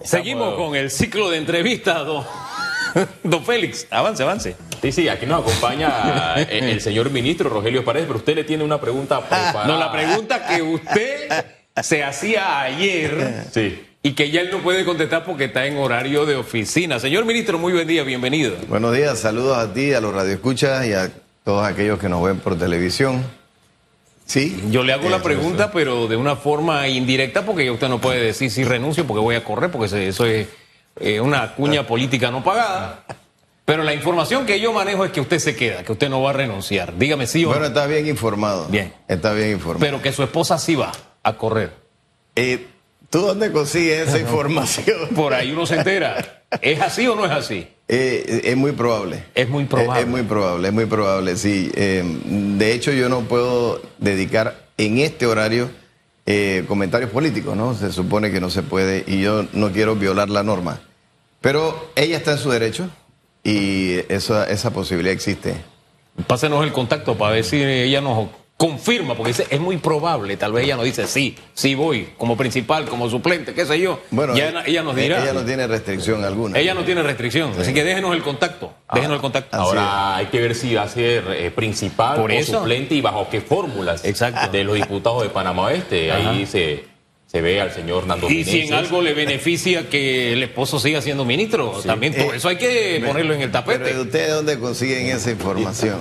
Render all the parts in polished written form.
Seguimos con el ciclo de entrevistas, don Félix. Avance. Sí, aquí nos acompaña el señor ministro Rogelio Paredes, pero usted le tiene una pregunta preparada. No, la pregunta que usted se hacía ayer y que ya él no puede contestar porque está en horario de oficina. Señor ministro, muy buen día, bienvenido. Buenos días, saludos a ti, a los radioescuchas y a todos aquellos que nos ven por televisión. Sí. Yo le hago la pregunta, pero de una forma indirecta, porque usted no puede decir si renuncio porque voy a correr, porque eso es una cuña política no pagada. Pero la información que yo manejo es que usted se queda, que usted no va a renunciar. Dígame sí o no. Bueno, está bien informado. Bien. Está bien informado. Pero que su esposa sí va a correr. ¿Tú dónde consigues esa información? Por ahí uno se entera. ¿Es así o no es así? Es muy probable. Es muy probable. Es muy probable, sí. De hecho, yo no puedo dedicar en este horario comentarios políticos, ¿no? Se supone que no se puede y yo no quiero violar la norma. Pero ella está en su derecho y esa posibilidad existe. Pásenos el contacto para ver si ella nos confirma, porque dice, es muy probable, tal vez ella nos dice, sí voy, como principal, como suplente, qué sé yo. Bueno, ya ella nos dirá. Ella no tiene restricción alguna. Ella no tiene restricción, así que déjenos el contacto. Ahora hay que ver si va a ser principal o suplente y bajo qué fórmulas de los diputados de Panamá Oeste. Ahí se ve al señor Nando Y Meneses. si en algo le beneficia que el esposo siga siendo ministro, también todo eso hay que ponerlo en el tapete. Pero ¿ustedes dónde consiguen esa información?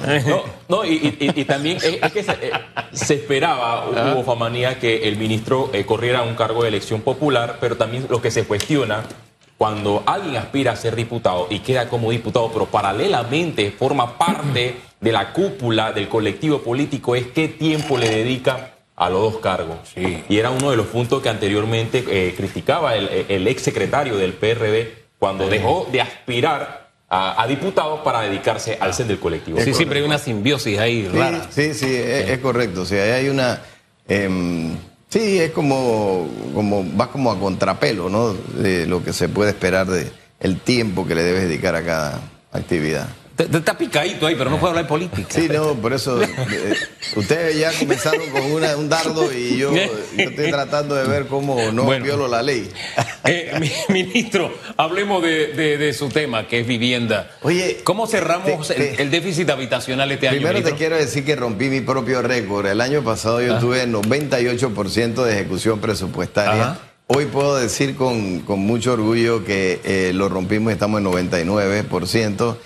Y también es que se esperaba, hubo famanía, que el ministro corriera un cargo de elección popular, pero también lo que se cuestiona, cuando alguien aspira a ser diputado y queda como diputado, pero paralelamente forma parte de la cúpula del colectivo político, es qué tiempo le dedica a los dos cargos. Y era uno de los puntos que anteriormente criticaba el ex secretario del PRD cuando dejó de aspirar a diputado para dedicarse al ser del colectivo. Sí, siempre hay una simbiosis ahí rara. Sí, es correcto. O sea, hay una... es como va como a contrapelo, ¿no? De lo que se puede esperar de el tiempo que le debes dedicar a cada actividad. Está picadito ahí, pero no puede hablar de política. Sí, no, por eso ustedes ya comenzaron con un dardo y yo estoy tratando de ver cómo no violo la ley. Ministro, hablemos de su tema, que es vivienda. Oye, ¿cómo cerramos el déficit habitacional este año, primero ministro? te quiero decir que rompí mi propio récord. El año pasado yo tuve 98% de ejecución presupuestaria. Hoy puedo decir con mucho orgullo que lo rompimos y estamos en 99%.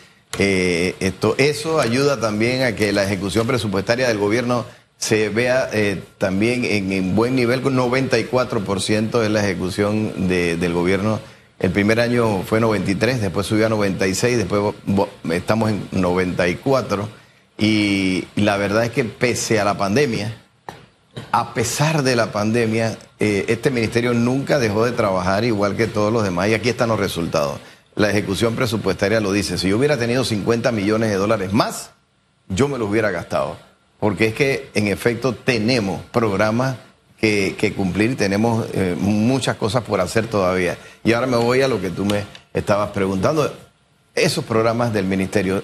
Eso ayuda también a que la ejecución presupuestaria del gobierno se vea también en buen nivel, con 94% es la ejecución del gobierno. El primer año fue 93, después subió a 96, después estamos en 94 y la verdad es que pese a la pandemia, a pesar de la pandemia, este ministerio nunca dejó de trabajar igual que todos los demás y aquí están los resultados. La ejecución presupuestaria lo dice. Si yo hubiera tenido 50 millones de dólares más, yo me los hubiera gastado. Porque es que, en efecto, tenemos programas que cumplir, tenemos muchas cosas por hacer todavía. Y ahora me voy a lo que tú me estabas preguntando. Esos programas del ministerio,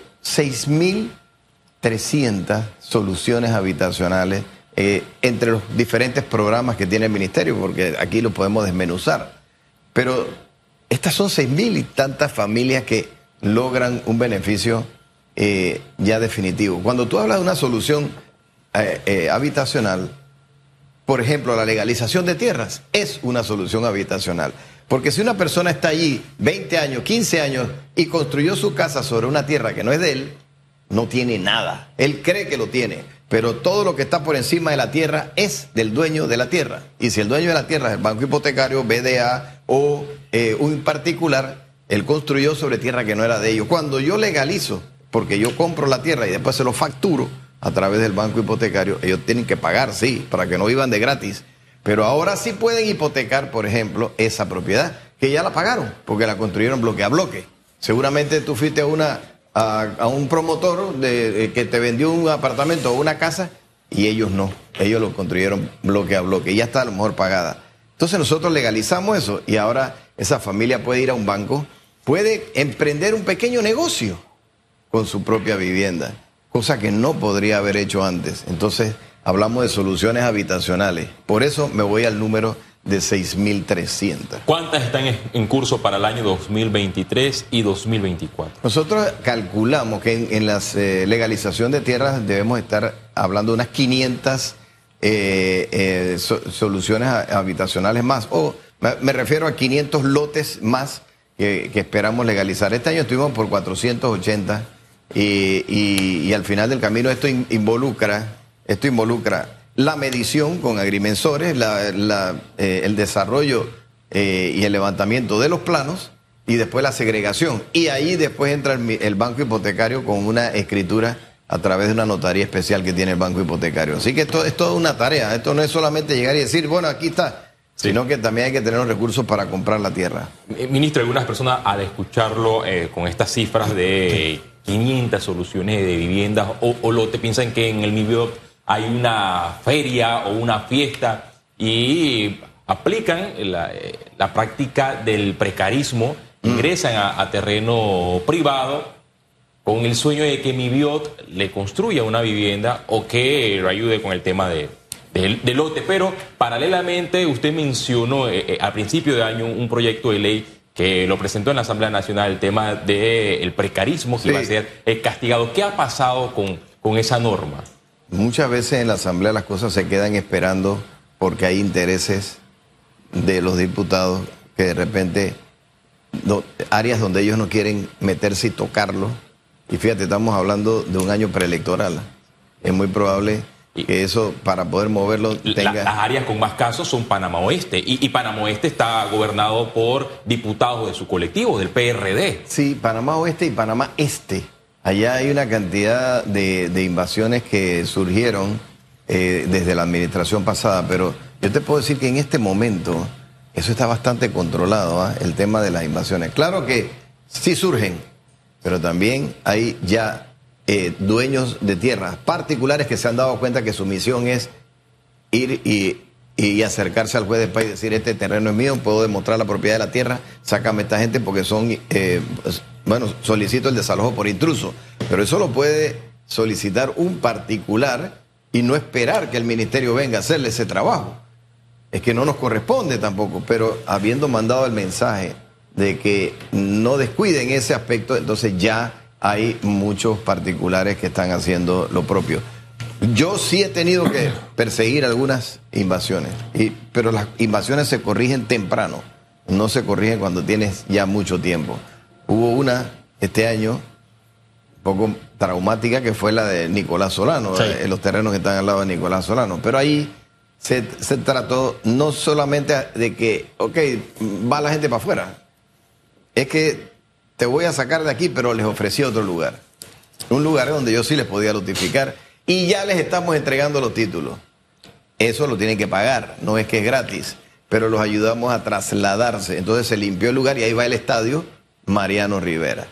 6.300 soluciones habitacionales entre los diferentes programas que tiene el ministerio, porque aquí lo podemos desmenuzar. Pero estas son 6.000 y tantas familias que logran un beneficio ya definitivo. Cuando tú hablas de una solución habitacional, por ejemplo, la legalización de tierras es una solución habitacional. Porque si una persona está allí 20 años, 15 años y construyó su casa sobre una tierra que no es de él, no tiene nada. Él cree que lo tiene, pero todo lo que está por encima de la tierra es del dueño de la tierra. Y si el dueño de la tierra es el banco hipotecario, BDA o un particular, él construyó sobre tierra que no era de ellos. Cuando yo legalizo, porque yo compro la tierra y después se lo facturo a través del banco hipotecario, ellos tienen que pagar, sí, para que no vivan de gratis. Pero ahora sí pueden hipotecar, por ejemplo, esa propiedad, que ya la pagaron, porque la construyeron bloque a bloque. Seguramente tú fuiste a un promotor que te vendió un apartamento o una casa y ellos no. Ellos lo construyeron bloque a bloque y ya está a lo mejor pagada. Entonces nosotros legalizamos eso y ahora esa familia puede ir a un banco, puede emprender un pequeño negocio con su propia vivienda, cosa que no podría haber hecho antes. Entonces hablamos de soluciones habitacionales. Por eso me voy al número de 6.300. ¿Cuántas están en curso para el año 2023 y 2024? Nosotros calculamos que en la legalización de tierras debemos estar hablando de unas 500 soluciones habitacionales más, o me refiero a 500 lotes más que esperamos legalizar. Este año estuvimos por 480 y al final del camino esto involucra la medición con agrimensores, el desarrollo y el levantamiento de los planos y después la segregación. Y ahí después entra el banco hipotecario con una escritura a través de una notaría especial que tiene el banco hipotecario. Así que esto es toda una tarea. Esto no es solamente llegar y decir, bueno, aquí está, sino que también hay que tener los recursos para comprar la tierra. Ministro, algunas personas al escucharlo con estas cifras de 500 soluciones de viviendas o lote piensan que en el MIBIOT hay una feria o una fiesta y aplican la práctica del precarismo, ingresan a terreno privado con el sueño de que MIBIOT le construya una vivienda o que lo ayude con el tema de lote. Pero paralelamente usted mencionó al principio de año un proyecto de ley que lo presentó en la Asamblea Nacional, el tema del precarismo que iba a ser castigado. ¿Qué ha pasado con esa norma? Muchas veces en la Asamblea las cosas se quedan esperando porque hay intereses de los diputados que de repente, áreas donde ellos no quieren meterse y tocarlo. Y fíjate, estamos hablando de un año preelectoral. Es muy probable que eso, para poder moverlo, tenga... Las áreas con más casos son Panamá Oeste. Y Panamá Oeste está gobernado por diputados de su colectivo, del PRD. Sí, Panamá Oeste y Panamá Este. Allá hay una cantidad de invasiones que surgieron desde la administración pasada, pero yo te puedo decir que en este momento eso está bastante controlado, el tema de las invasiones. Claro que sí surgen, pero también hay ya dueños de tierras particulares que se han dado cuenta que su misión es ir y acercarse al juez de paz y decir, este terreno es mío, puedo demostrar la propiedad de la tierra, sácame esta gente porque son... bueno, solicito el desalojo por intruso, pero eso lo puede solicitar un particular y no esperar que el ministerio venga a hacerle ese trabajo. Es que no nos corresponde tampoco, pero habiendo mandado el mensaje de que no descuiden ese aspecto, entonces ya hay muchos particulares que están haciendo lo propio. Yo sí he tenido que perseguir algunas invasiones, pero las invasiones se corrigen temprano, no se corrigen cuando tienes ya mucho tiempo. Hubo una este año, un poco traumática, que fue la de Nicolás Solano, sí, en los terrenos que están al lado de Nicolás Solano. Pero ahí se trató no solamente de que, ok, va la gente para afuera. Es que te voy a sacar de aquí, pero les ofrecí otro lugar. Un lugar donde yo sí les podía notificar y ya les estamos entregando los títulos. Eso lo tienen que pagar, no es que es gratis, pero los ayudamos a trasladarse. Entonces se limpió el lugar y ahí va el estadio Mariano Rivera.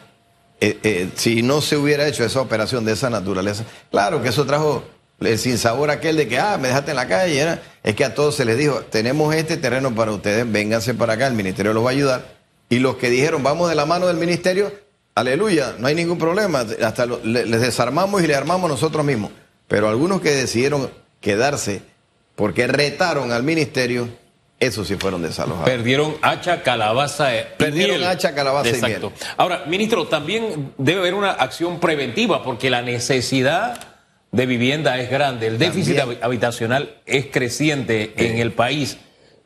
Si no se hubiera hecho esa operación de esa naturaleza, claro que eso trajo el sinsabor aquel de que, me dejaste en la calle. Es que a todos se les dijo, tenemos este terreno para ustedes, vénganse para acá, el ministerio los va a ayudar. Y los que dijeron, vamos de la mano del ministerio, aleluya, no hay ningún problema, hasta les desarmamos y le armamos nosotros mismos. Pero algunos que decidieron quedarse porque retaron al ministerio, esos sí fueron desalojados. Perdieron hacha, calabaza Perdieron miel. hacha, calabaza Exacto. y miel. Ahora, ministro, también debe haber una acción preventiva porque la necesidad de vivienda es grande. El déficit habitacional es creciente en el país.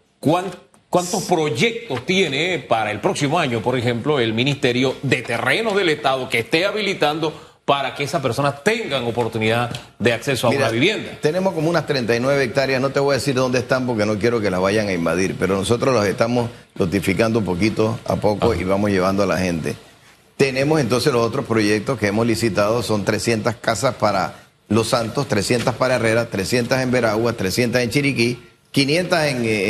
¿Cuántos proyectos tiene para el próximo año, por ejemplo, el Ministerio de Terrenos del Estado que esté habilitando para que esas personas tengan oportunidad de acceso a una vivienda? Tenemos como unas 39 hectáreas, no te voy a decir dónde están porque no quiero que las vayan a invadir, pero nosotros las estamos notificando poquito a poco y vamos llevando a la gente. Tenemos entonces los otros proyectos que hemos licitado, son 300 casas para Los Santos, 300 para Herrera, 300 en Veraguas, 300 en Chiriquí, 500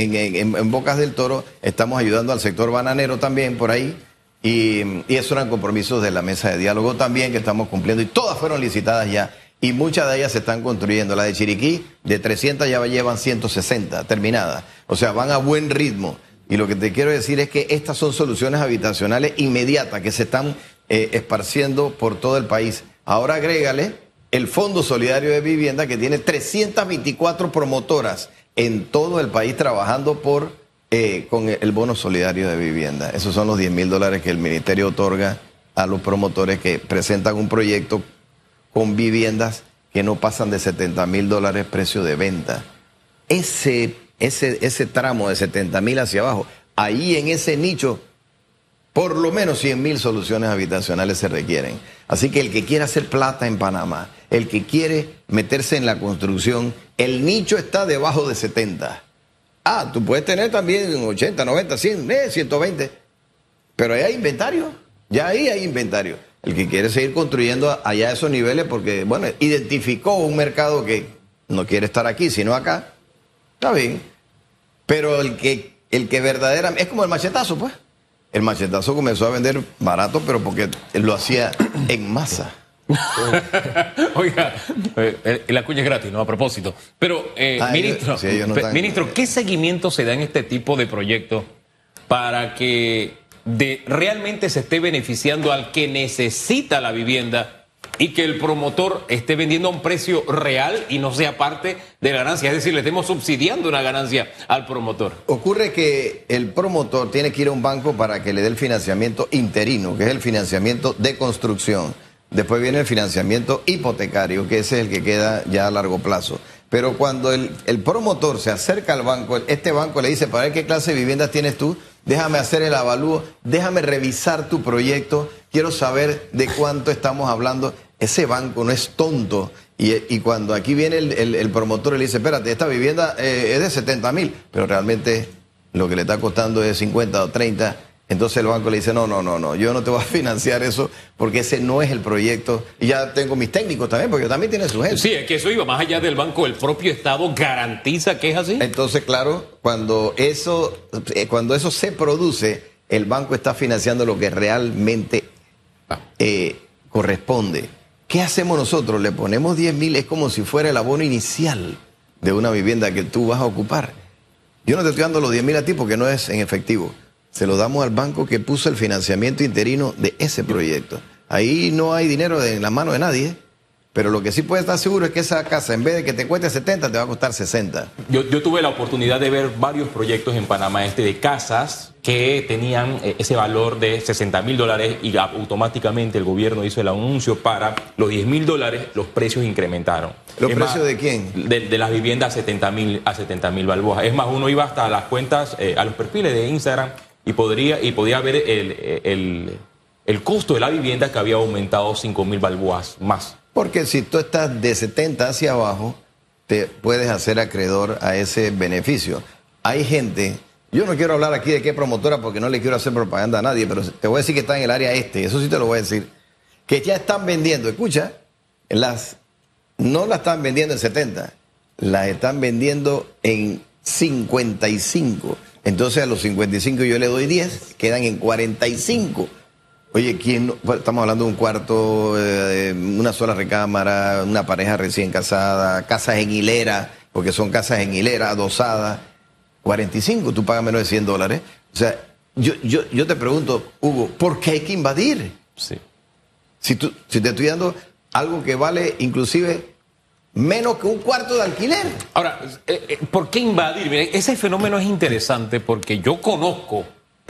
en Bocas del Toro. Estamos ayudando al sector bananero también por ahí. Y esos eran compromisos de la mesa de diálogo también que estamos cumpliendo. Y todas fueron licitadas ya. Y muchas de ellas se están construyendo. La de Chiriquí, de 300 ya llevan 160 terminadas. O sea, van a buen ritmo. Y lo que te quiero decir es que estas son soluciones habitacionales inmediatas que se están esparciendo por todo el país. Ahora agrégale el Fondo Solidario de Vivienda, que tiene 324 promotoras en todo el país trabajando por con el bono solidario de vivienda. Esos son los $10,000 que el ministerio otorga a los promotores que presentan un proyecto con viviendas que no pasan de $70,000 precio de venta. Ese tramo de 70,000 hacia abajo, ahí en ese nicho, por lo menos 100,000 soluciones habitacionales se requieren. Así que el que quiere hacer plata en Panamá, el que quiere meterse en la construcción, el nicho está debajo de 70. Tú puedes tener también 80, 90, 100, 120, pero ahí hay inventario, ya ahí hay inventario. El que quiere seguir construyendo allá a esos niveles porque, bueno, identificó un mercado que no quiere estar aquí, sino acá, está bien. Pero el que verdaderamente, es como el machetazo, pues. El machetazo comenzó a vender barato, pero porque lo hacía en masa. Oiga, la cuña es gratis, ¿no? A propósito. Pero, ministro, ¿qué seguimiento se da en este tipo de proyectos para que realmente se esté beneficiando al que necesita la vivienda y que el promotor esté vendiendo a un precio real y no sea parte de la ganancia? Es decir, le estemos subsidiando una ganancia al promotor. Ocurre que el promotor tiene que ir a un banco para que le dé el financiamiento interino, que es el financiamiento de construcción. Después viene el financiamiento hipotecario, que ese es el que queda ya a largo plazo. Pero cuando el promotor se acerca al banco, este banco le dice, para ver qué clase de viviendas tienes tú, déjame hacer el avalúo, déjame revisar tu proyecto, quiero saber de cuánto estamos hablando. Ese banco no es tonto. Y cuando aquí viene el promotor y le dice, espérate, esta vivienda es de 70,000, pero realmente lo que le está costando es 50 o 30, entonces el banco le dice, no, yo no te voy a financiar eso porque ese no es el proyecto. Y ya tengo mis técnicos también, porque también tiene su gente. Sí, es que eso iba más allá del banco, el propio Estado garantiza que es así. Entonces, claro, cuando eso se produce, el banco está financiando lo que realmente corresponde. ¿Qué hacemos nosotros? Le ponemos 10,000, es como si fuera el abono inicial de una vivienda que tú vas a ocupar. Yo no te estoy dando los 10,000 a ti porque no es en efectivo. Se lo damos al banco que puso el financiamiento interino de ese proyecto. Ahí no hay dinero en la mano de nadie, pero lo que sí puedes estar seguro es que esa casa, en vez de que te cueste 70, te va a costar 60. Yo tuve la oportunidad de ver varios proyectos en Panamá de casas que tenían ese valor de $60,000 y automáticamente el gobierno hizo el anuncio para los $10,000, los precios incrementaron. ¿Los precios de quién? De las viviendas a 70,000 balboas. Es más, uno iba hasta las cuentas, a los perfiles de Instagram y podía ver el costo de la vivienda que había aumentado 5,000 balboas más. Porque si tú estás de 70 hacia abajo, te puedes hacer acreedor a ese beneficio. Hay gente, yo no quiero hablar aquí de qué promotora porque no le quiero hacer propaganda a nadie, pero te voy a decir que está en el área eso sí te lo voy a decir, que ya están vendiendo, escucha, no las están vendiendo en 70, las están vendiendo en 55. Entonces a los 55 yo le doy 10, quedan en 45. Oye, estamos hablando de un cuarto, una sola recámara, una pareja recién casada, casas en hilera, porque son casas en hilera, adosadas, 45, tú pagas menos de $100. O sea, yo te pregunto, Hugo, ¿por qué hay que invadir? Sí. Si te estoy dando algo que vale inclusive menos que un cuarto de alquiler. Ahora, ¿por qué invadir? Miren, ese fenómeno es interesante porque yo conozco,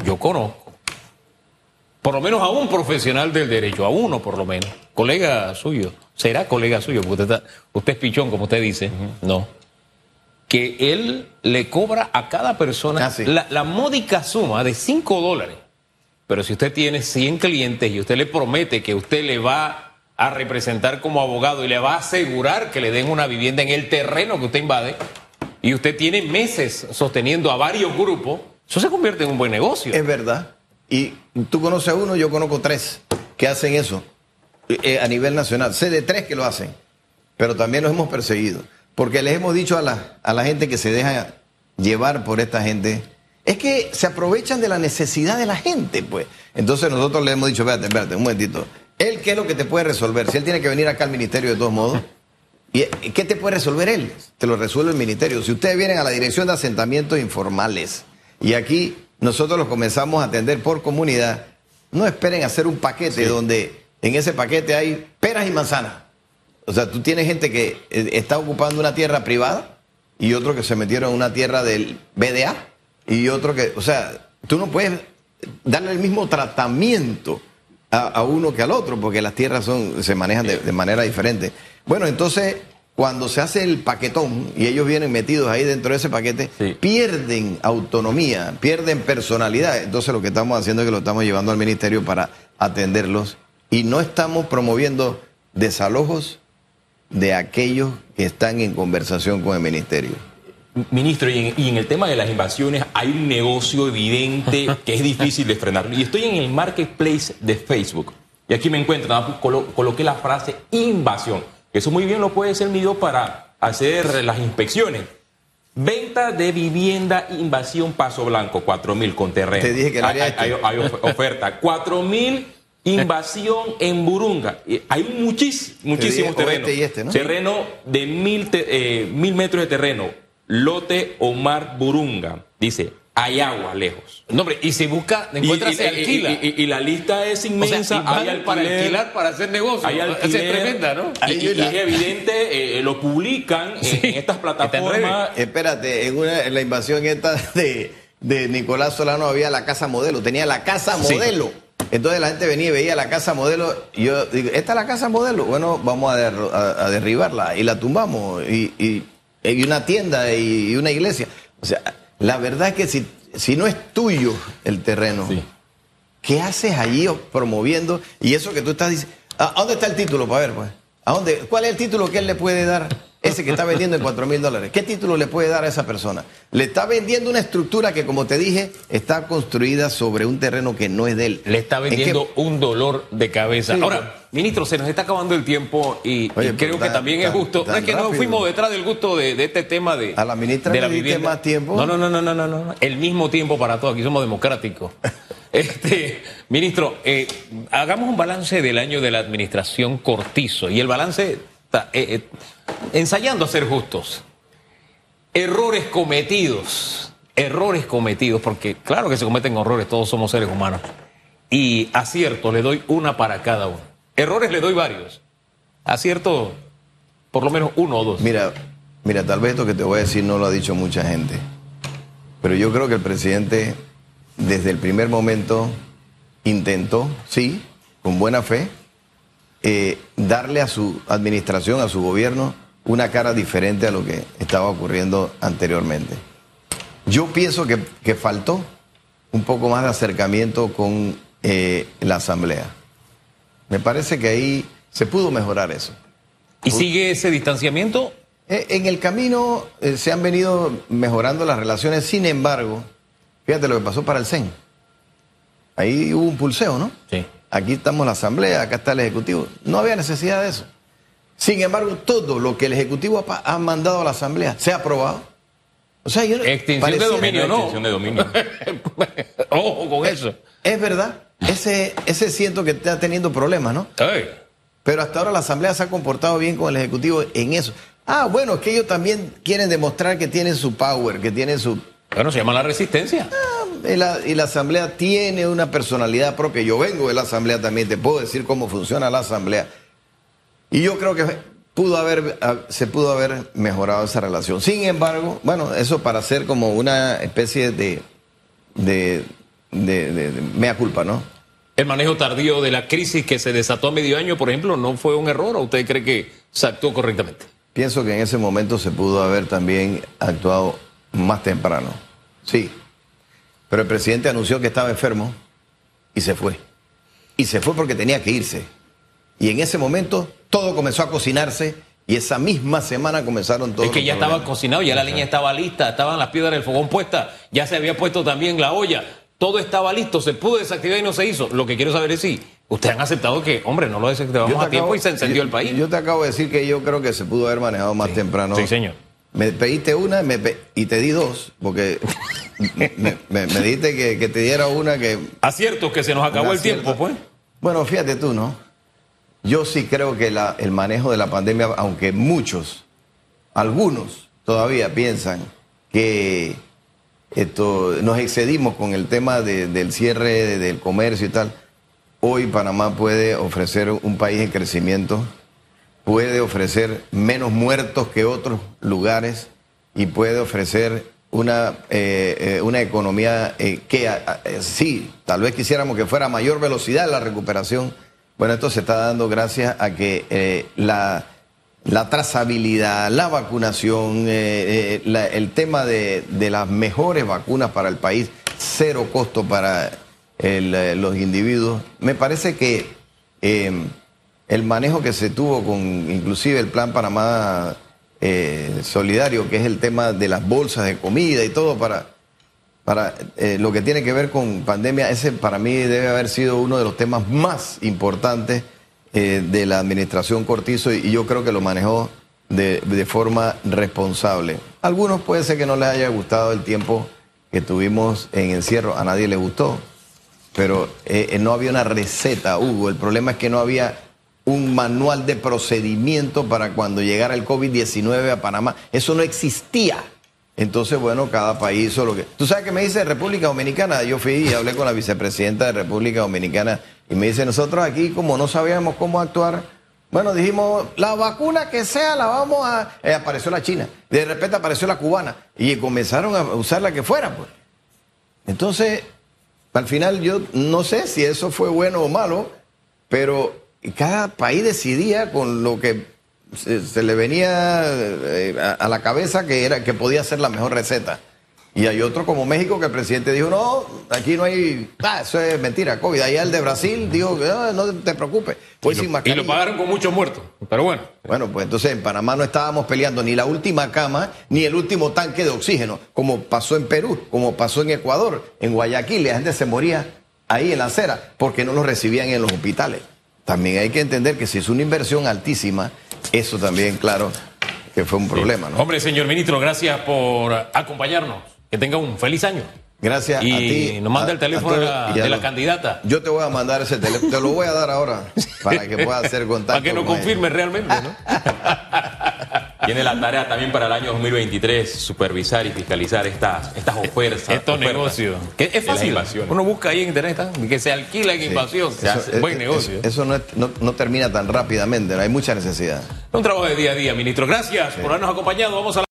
por lo menos a un profesional del derecho, a uno por lo menos, colega suyo, será colega suyo, porque usted es pichón, como usted dice, no, que él le cobra a cada persona sí, la módica suma de $5. Pero si usted tiene 100 clientes y usted le promete que usted le va a representar como abogado y le va a asegurar que le den una vivienda en el terreno que usted invade, y usted tiene meses sosteniendo a varios grupos, eso se convierte en un buen negocio. Es verdad. Y tú conoces a uno, yo conozco 3 que hacen eso a nivel nacional. Sé de 3 que lo hacen, pero también los hemos perseguido. Porque les hemos dicho a la gente que se deja llevar por esta gente, es que se aprovechan de la necesidad de la gente, pues. Entonces nosotros le hemos dicho, espérate, un momentito. ¿Él qué es lo que te puede resolver? Si él tiene que venir acá al ministerio de todos modos, ¿y qué te puede resolver él? Te lo resuelve el ministerio. Si ustedes vienen a la Dirección de Asentamientos Informales y aquí nosotros los comenzamos a atender por comunidad, no esperen hacer un paquete donde en ese paquete hay peras y manzanas. O sea, tú tienes gente que está ocupando una tierra privada y otros que se metieron en una tierra del BDA y otro que, o sea, tú no puedes darle el mismo tratamiento a uno que al otro, porque las tierras se manejan de manera diferente. Bueno, entonces, cuando se hace el paquetón y ellos vienen metidos ahí dentro de ese paquete, Sí. pierden autonomía, pierden personalidad. Entonces, lo que estamos haciendo es que lo estamos llevando al ministerio para atenderlos y no estamos promoviendo desalojos de aquellos que están en conversación con el ministerio. Ministro, y en el tema de las invasiones hay un negocio evidente que es difícil de frenar. Y estoy en el marketplace de Facebook. Y aquí me encuentro, nada más coloqué la frase invasión. Eso muy bien lo puede ser medido para hacer las inspecciones. Venta de vivienda, invasión, Paso Blanco, 4.000 con terreno. Te dije que no había hay oferta. 4.000, invasión en Burunga. Hay muchísimos terrenos. oeste y este, ¿no? Terreno de 1.000 metros de terreno. Lote Omar Burunga. Dice, hay agua lejos. No, hombre, y se busca, encuentra, se alquila. Y la lista es O inmensa. sea, hay para alquiler, alquilar, para hacer negocio. hay Esa alquiler, es tremenda, ¿no? Y es evidente, lo publican en estas plataformas. Espérate, en la invasión esta de Nicolás Solano había la casa modelo, tenía la casa modelo. Entonces la gente venía y veía la casa modelo. Y yo digo, ¿esta es la casa modelo? Bueno, vamos a derribarla. Y la tumbamos. Y una tienda y una iglesia. O sea, la verdad es que si no es tuyo el terreno, Sí. ¿qué haces allí promoviendo? Y eso que tú estás diciendo. ¿A dónde está el título para ver, pues? ¿Cuál es el título que él le puede dar? Ese que está vendiendo en $4,000. ¿Qué título le puede dar a esa persona? Le está vendiendo una estructura que, como te dije, está construida sobre un terreno que no es de él. Le está vendiendo un dolor de cabeza. Sí, Ahora, ministro, se nos está acabando el tiempo y Oye, creo que también es justo. No es que no rápido. fuimos detrás del gusto de este tema de A la ministra de la le diste vivienda. más tiempo. No. El mismo tiempo para todos. Aquí somos democráticos. Ministro, hagamos un balance del año de la administración Cortizo. Y el balance está ensayando a ser justos. Errores cometidos, porque claro que se cometen errores, todos somos seres humanos. Y acierto, le doy una para cada uno. Errores le doy varios. Acierto, por lo menos uno o dos. Mira, tal vez esto que te voy a decir no lo ha dicho mucha gente, pero yo creo que el presidente desde el primer momento intentó, sí, con buena fe, darle a su administración, a su gobierno, una cara diferente a lo que estaba ocurriendo anteriormente. Yo pienso que faltó un poco más de acercamiento con la Asamblea. Me parece que ahí se pudo mejorar eso. ¿Y sigue ese distanciamiento? En el camino se han venido mejorando las relaciones, sin embargo, fíjate lo que pasó para el CEN. Ahí hubo un pulseo, ¿no? Sí. Aquí estamos la Asamblea, acá está el Ejecutivo. No había necesidad de eso. Sin embargo, todo lo que el Ejecutivo ha mandado a la Asamblea se ha aprobado. O sea, Extinción de dominio, no. Extinción de dominio. Ojo con eso. Es verdad, ese siento que está teniendo problemas, ¿no? Ay. Pero hasta ahora la Asamblea se ha comportado bien con el Ejecutivo en eso. Bueno, es que ellos también quieren demostrar que tienen su power, que tienen su... Bueno, se llama la resistencia. Y la Asamblea tiene una personalidad propia. Yo vengo de la Asamblea también, te puedo decir cómo funciona la Asamblea. Y yo creo que se pudo haber mejorado esa relación. Sin embargo, bueno, eso para hacer como una especie de mea culpa, ¿no? El manejo tardío de la crisis que se desató a medio año, por ejemplo, ¿no fue un error o usted cree que se actuó correctamente? Pienso que en ese momento se pudo haber también actuado más temprano. Sí. Pero el presidente anunció que estaba enfermo y se fue. Y se fue porque tenía que irse. Y en ese momento todo comenzó a cocinarse y esa misma semana comenzaron todos Es que los ya estaba problemas. cocinado, ya la leña estaba lista, estaban las piedras del fogón puestas, ya se había puesto también la olla, todo estaba listo, se pudo desactivar y no se hizo. Lo que quiero saber es si ustedes han aceptado que, hombre, no lo desactivamos a tiempo y se encendió el país. Yo te acabo de decir que yo creo que se pudo haber manejado más temprano. Sí, señor. Me pediste una y te di dos, porque me dijiste que te diera una que... Acierto que se nos acabó el acierto. tiempo, pues. Bueno, fíjate tú, ¿no? Yo sí creo que el manejo de la pandemia, aunque algunos todavía piensan que nos excedimos con el tema del cierre del comercio y tal, hoy Panamá puede ofrecer un país en crecimiento, puede ofrecer menos muertos que otros lugares y puede ofrecer una economía que sí, tal vez quisiéramos que fuera a mayor velocidad la recuperación. Bueno, esto se está dando gracias a que la trazabilidad, la vacunación, el tema de las mejores vacunas para el país, cero costo para los individuos. Me parece que el manejo que se tuvo con inclusive el Plan Panamá Solidario, que es el tema de las bolsas de comida y todo para lo que tiene que ver con pandemia, ese para mí debe haber sido uno de los temas más importantes de la administración Cortizo, y yo creo que lo manejó de forma responsable. A algunos puede ser que no les haya gustado el tiempo que tuvimos en encierro, a nadie le gustó, pero no había una receta, Hugo. El problema es que no había un manual de procedimiento para cuando llegara el COVID-19 a Panamá. Eso no existía. Entonces, bueno, cada país hizo lo que... ¿Tú sabes qué me dice República Dominicana? Yo fui y hablé con la vicepresidenta de República Dominicana y me dice, nosotros aquí como no sabíamos cómo actuar, bueno, dijimos, la vacuna que sea la vamos a... apareció la china, de repente apareció la cubana y comenzaron a usar la que fuera, pues. Entonces, al final yo no sé si eso fue bueno o malo, pero cada país decidía con lo que se le venía a la cabeza que podía ser la mejor receta. Y hay otro como México que el presidente dijo, no, aquí no hay, eso es mentira, COVID. Allá el de Brasil dijo, no te preocupes. Pues sin mascarilla. Y lo pagaron con muchos muertos, pero bueno. Bueno, pues entonces en Panamá no estábamos peleando ni la última cama, ni el último tanque de oxígeno, como pasó en Perú, como pasó en Ecuador, en Guayaquil, la gente se moría ahí en la acera porque no los recibían en los hospitales. También hay que entender que si es una inversión altísima, eso también, claro, que fue un problema, ¿no? Hombre, señor ministro, gracias por acompañarnos. Que tenga un feliz año. Gracias a ti. Y nos manda el teléfono de la candidata. Yo te voy a mandar ese teléfono, te lo voy a dar ahora para que puedas hacer contacto. Para que nos confirme realmente, ¿no? Tiene la tarea también para el año 2023 supervisar y fiscalizar estas ofertas. Estos negocios. Que es fácil. Uno busca ahí en internet, que se alquila en invasión. Buen negocio. Eso no termina tan rápidamente, hay mucha necesidad. Un trabajo de día a día, ministro. Gracias por habernos acompañado. Vamos a